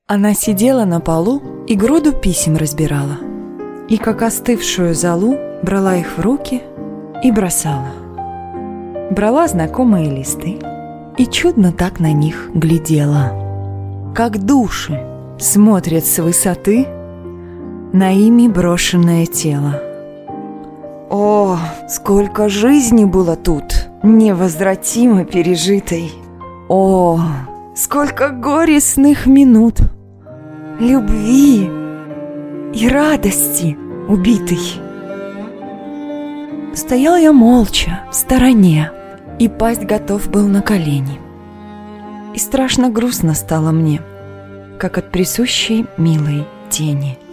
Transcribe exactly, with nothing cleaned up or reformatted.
Она сидела на полу и груду писем разбирала, и как остывшую золу брала их в руки и бросала. Брала знакомые листы и чудно так на них глядела, как души смотрят с высоты на ими брошенное тело. О, сколько жизни было тут, невозвратимо пережитой! О, сколько горестных минут, любви и радости убитой! Стоял я молча в стороне, и пасть готов был на колени. И страшно грустно стало мне, как от присущей милой тени.